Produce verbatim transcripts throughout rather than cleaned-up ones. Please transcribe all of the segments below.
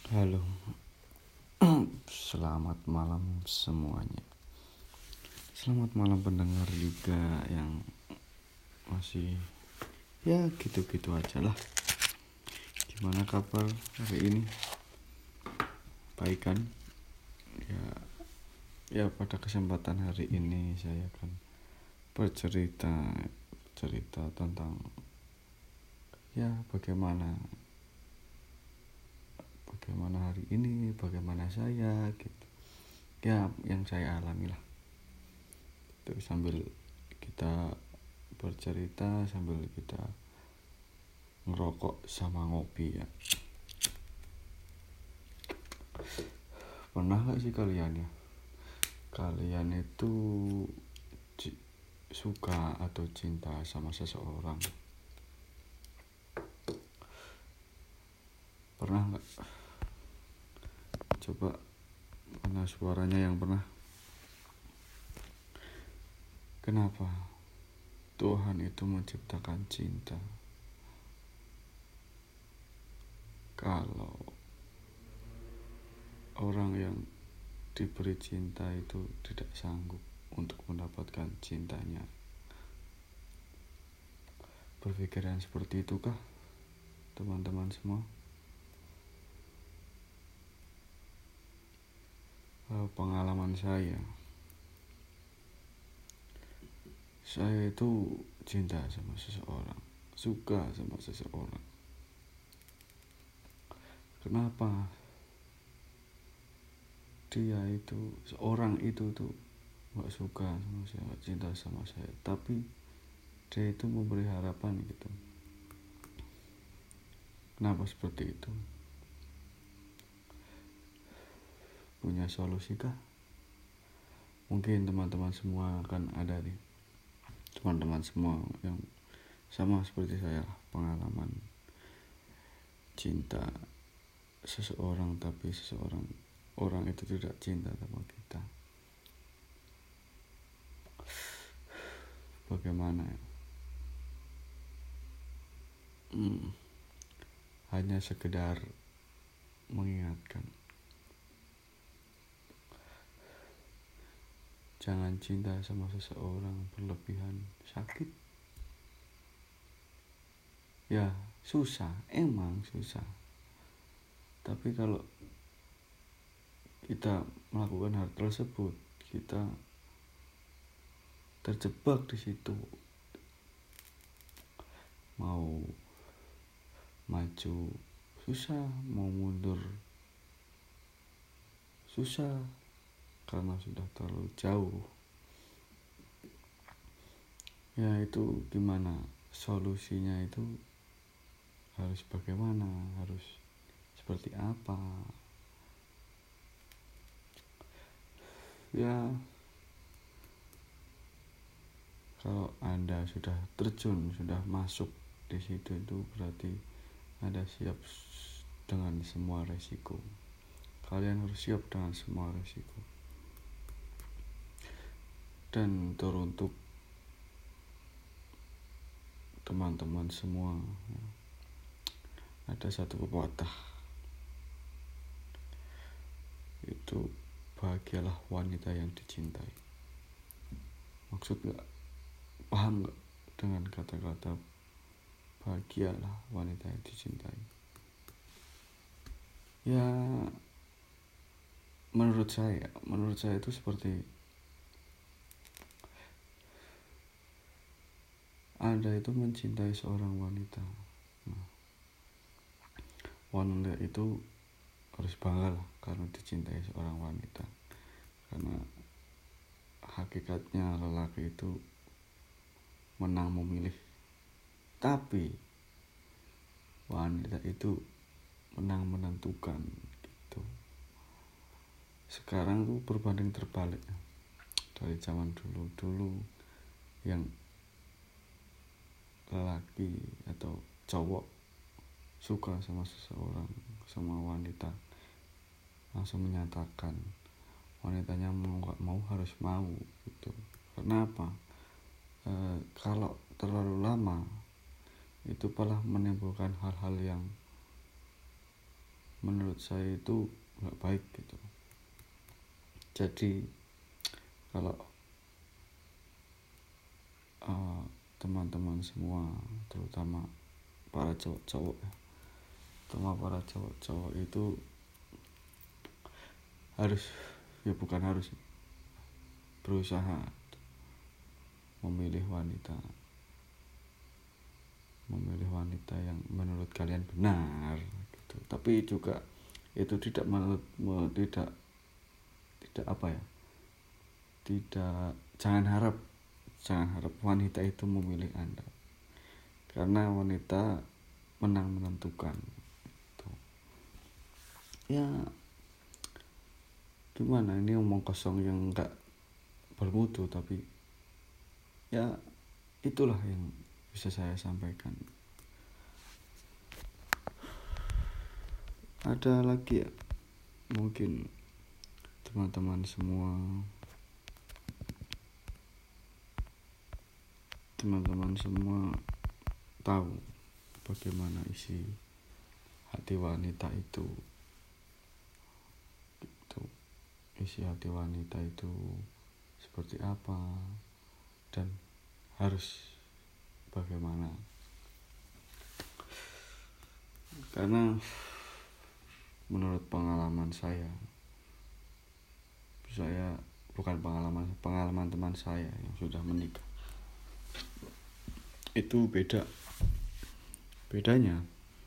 Halo, selamat malam semuanya. Selamat malam pendengar juga yang masih ya gitu-gitu aja lah. Gimana kabar hari ini? Baik kan? Ya, ya pada kesempatan hari ini saya akan bercerita cerita tentang ya bagaimana bagaimana hari ini, bagaimana saya gitu. Ya yang saya alami lah. Terus sambil kita bercerita sambil kita ngerokok sama ngopi ya. Pernah gak sih kalian ya, kalian itu c- suka atau cinta sama seseorang? Pernah gak? Coba mana suaranya yang pernah. Kenapa Tuhan itu menciptakan cinta kalau orang yang diberi cinta itu tidak sanggup untuk mendapatkan cintanya? Berpikiran seperti itukah teman-teman semua? Pengalaman saya Saya itu cinta sama seseorang, suka sama seseorang. Kenapa dia itu, seorang itu tuh gak suka sama saya, gak cinta sama saya, tapi dia itu memberi harapan gitu. Kenapa seperti itu? Punya solusi kah? Mungkin teman-teman semua akan ada nih, teman-teman semua yang sama seperti saya, pengalaman cinta seseorang tapi seseorang orang itu tidak cinta sama kita. Bagaimana ya? Hmm, hanya sekedar mengingatkan, jangan cinta sama seseorang berlebihan, sakit. Ya susah, emang susah. Tapi kalau kita melakukan hal tersebut, kita terjebak di situ. Mau maju susah, mau mundur susah karena sudah terlalu jauh. Ya itu gimana solusinya, itu harus bagaimana, harus seperti apa? Ya kalau Anda sudah terjun, sudah masuk di situ, itu berarti Anda siap dengan semua resiko. Kalian harus siap dengan semua resiko. Dan teruntuk teman-teman semua, ada satu pepatah, itu bahagialah wanita yang dicintai. Maksud gak? Paham gak dengan kata-kata bahagialah wanita yang dicintai? Ya menurut saya, menurut saya itu seperti Anda itu mencintai seorang wanita. Nah, wanita itu harus bangga lah karena dicintai seorang wanita. Karena hakikatnya lelaki itu menang memilih, tapi wanita itu menang menentukan gitu. Sekarang tuh berbanding terbalik dari zaman dulu-dulu, yang lelaki atau cowok suka sama seseorang, sama wanita, langsung menyatakan, wanitanya mau gak mau harus mau gitu. Kenapa? E, kalau terlalu lama itu malah menimbulkan hal-hal yang menurut saya itu nggak baik gitu. Jadi kalau uh, teman-teman semua, terutama para cowok-cowok ya, terutama para cowok-cowok itu harus, ya bukan harus, berusaha memilih wanita memilih wanita yang menurut kalian benar gitu. Tapi juga itu tidak menurut tidak tidak apa ya tidak jangan harap jangan harap wanita itu memilih Anda, karena wanita menang menentukan gitu. Ya gimana, ini omong kosong yang enggak bermutu, tapi ya itulah yang bisa saya sampaikan. Ada lagi ya, mungkin teman-teman semua teman-teman semua tahu bagaimana isi hati wanita itu gitu. Isi hati wanita itu seperti apa dan harus bagaimana. Karena menurut pengalaman saya saya bukan pengalaman pengalaman teman saya yang sudah menikah, itu beda bedanya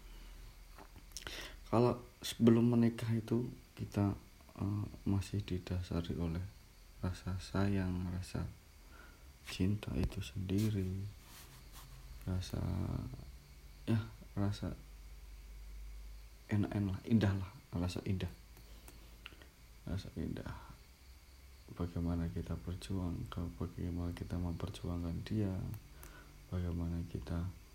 kalau sebelum menikah itu kita uh, masih didasari oleh rasa sayang, rasa cinta itu sendiri, rasa ya rasa enak-enak, indah lah, rasa indah rasa indah bagaimana kita berjuang, bagaimana kita memperjuangkan dia, bagaimana kita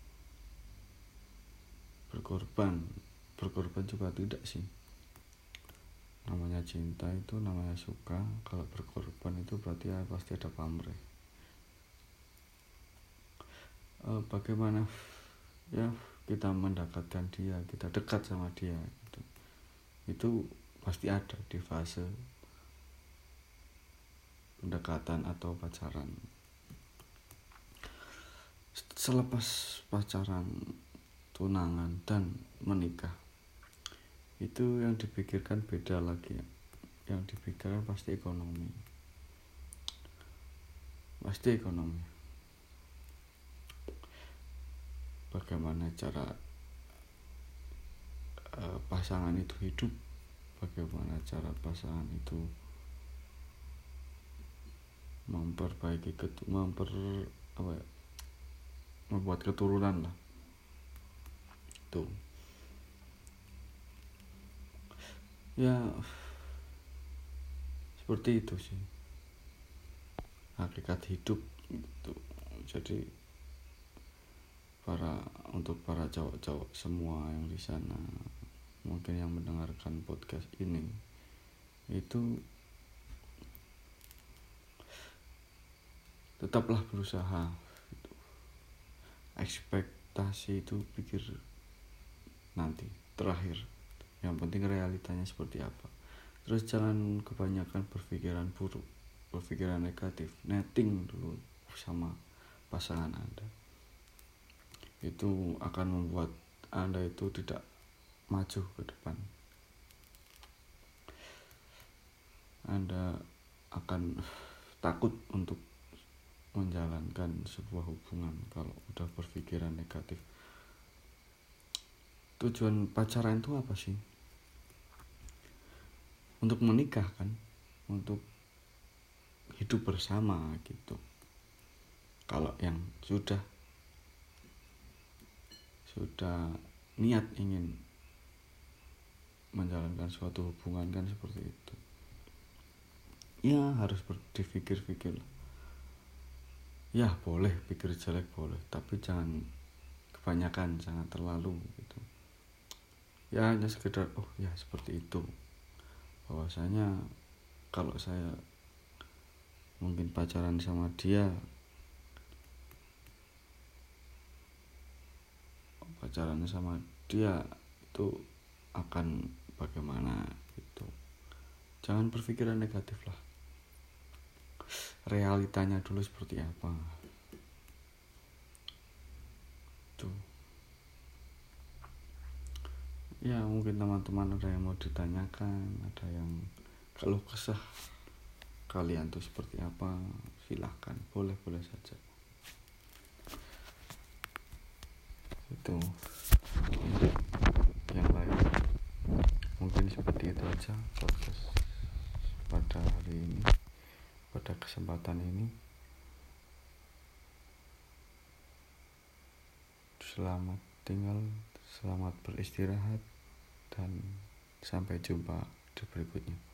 berkorban berkorban juga tidak sih, namanya cinta itu namanya suka. Kalau berkorban itu berarti ya pasti ada pamrih. E, bagaimana ya kita mendapatkan dia, kita dekat sama dia gitu. Itu pasti ada di fase pendekatan atau pacaran. Selepas pacaran, tunangan dan menikah, itu yang dipikirkan beda lagi. Yang dipikirkan pasti ekonomi pasti ekonomi bagaimana cara uh, pasangan itu hidup, bagaimana cara pasangan itu memperbaiki ketu- memper apa ya, membuat keturunan lah. Tuh. Ya seperti itu sih hakikat hidup gitu. Jadi para untuk para cowok-cowok semua yang di sana mungkin yang mendengarkan podcast ini, itu tetaplah berusaha gitu. Ekspektasi itu pikir nanti terakhir, yang penting realitanya seperti apa. Terus jangan kebanyakan berpikiran buruk, berpikiran negatif. Netting dulu sama pasangan Anda, itu akan membuat Anda itu tidak maju ke depan. Anda akan takut untuk menjalankan sebuah hubungan kalau udah berpikiran negatif. Tujuan pacaran itu apa sih? Untuk menikah kan, untuk hidup bersama gitu. Kalau yang sudah sudah niat ingin menjalankan suatu hubungan kan seperti itu. Ya harus berpikir-pikir. Ya boleh pikir jelek boleh, tapi jangan kebanyakan, jangan terlalu gitu. Ya hanya sekedar oh ya seperti itu. Bahwasanya kalau saya mungkin pacaran sama dia, pacaran sama dia itu akan bagaimana gitu. Jangan berpikiran negatif lah, realitanya dulu seperti apa tuh. Ya mungkin teman-teman ada yang mau ditanyakan, ada yang kalau kesah kalian tuh seperti apa, silahkan, boleh-boleh saja itu. Yang lain mungkin seperti itu aja podcast pada hari ini, pada kesempatan ini. Selamat tinggal, selamat beristirahat, dan sampai jumpa di berikutnya.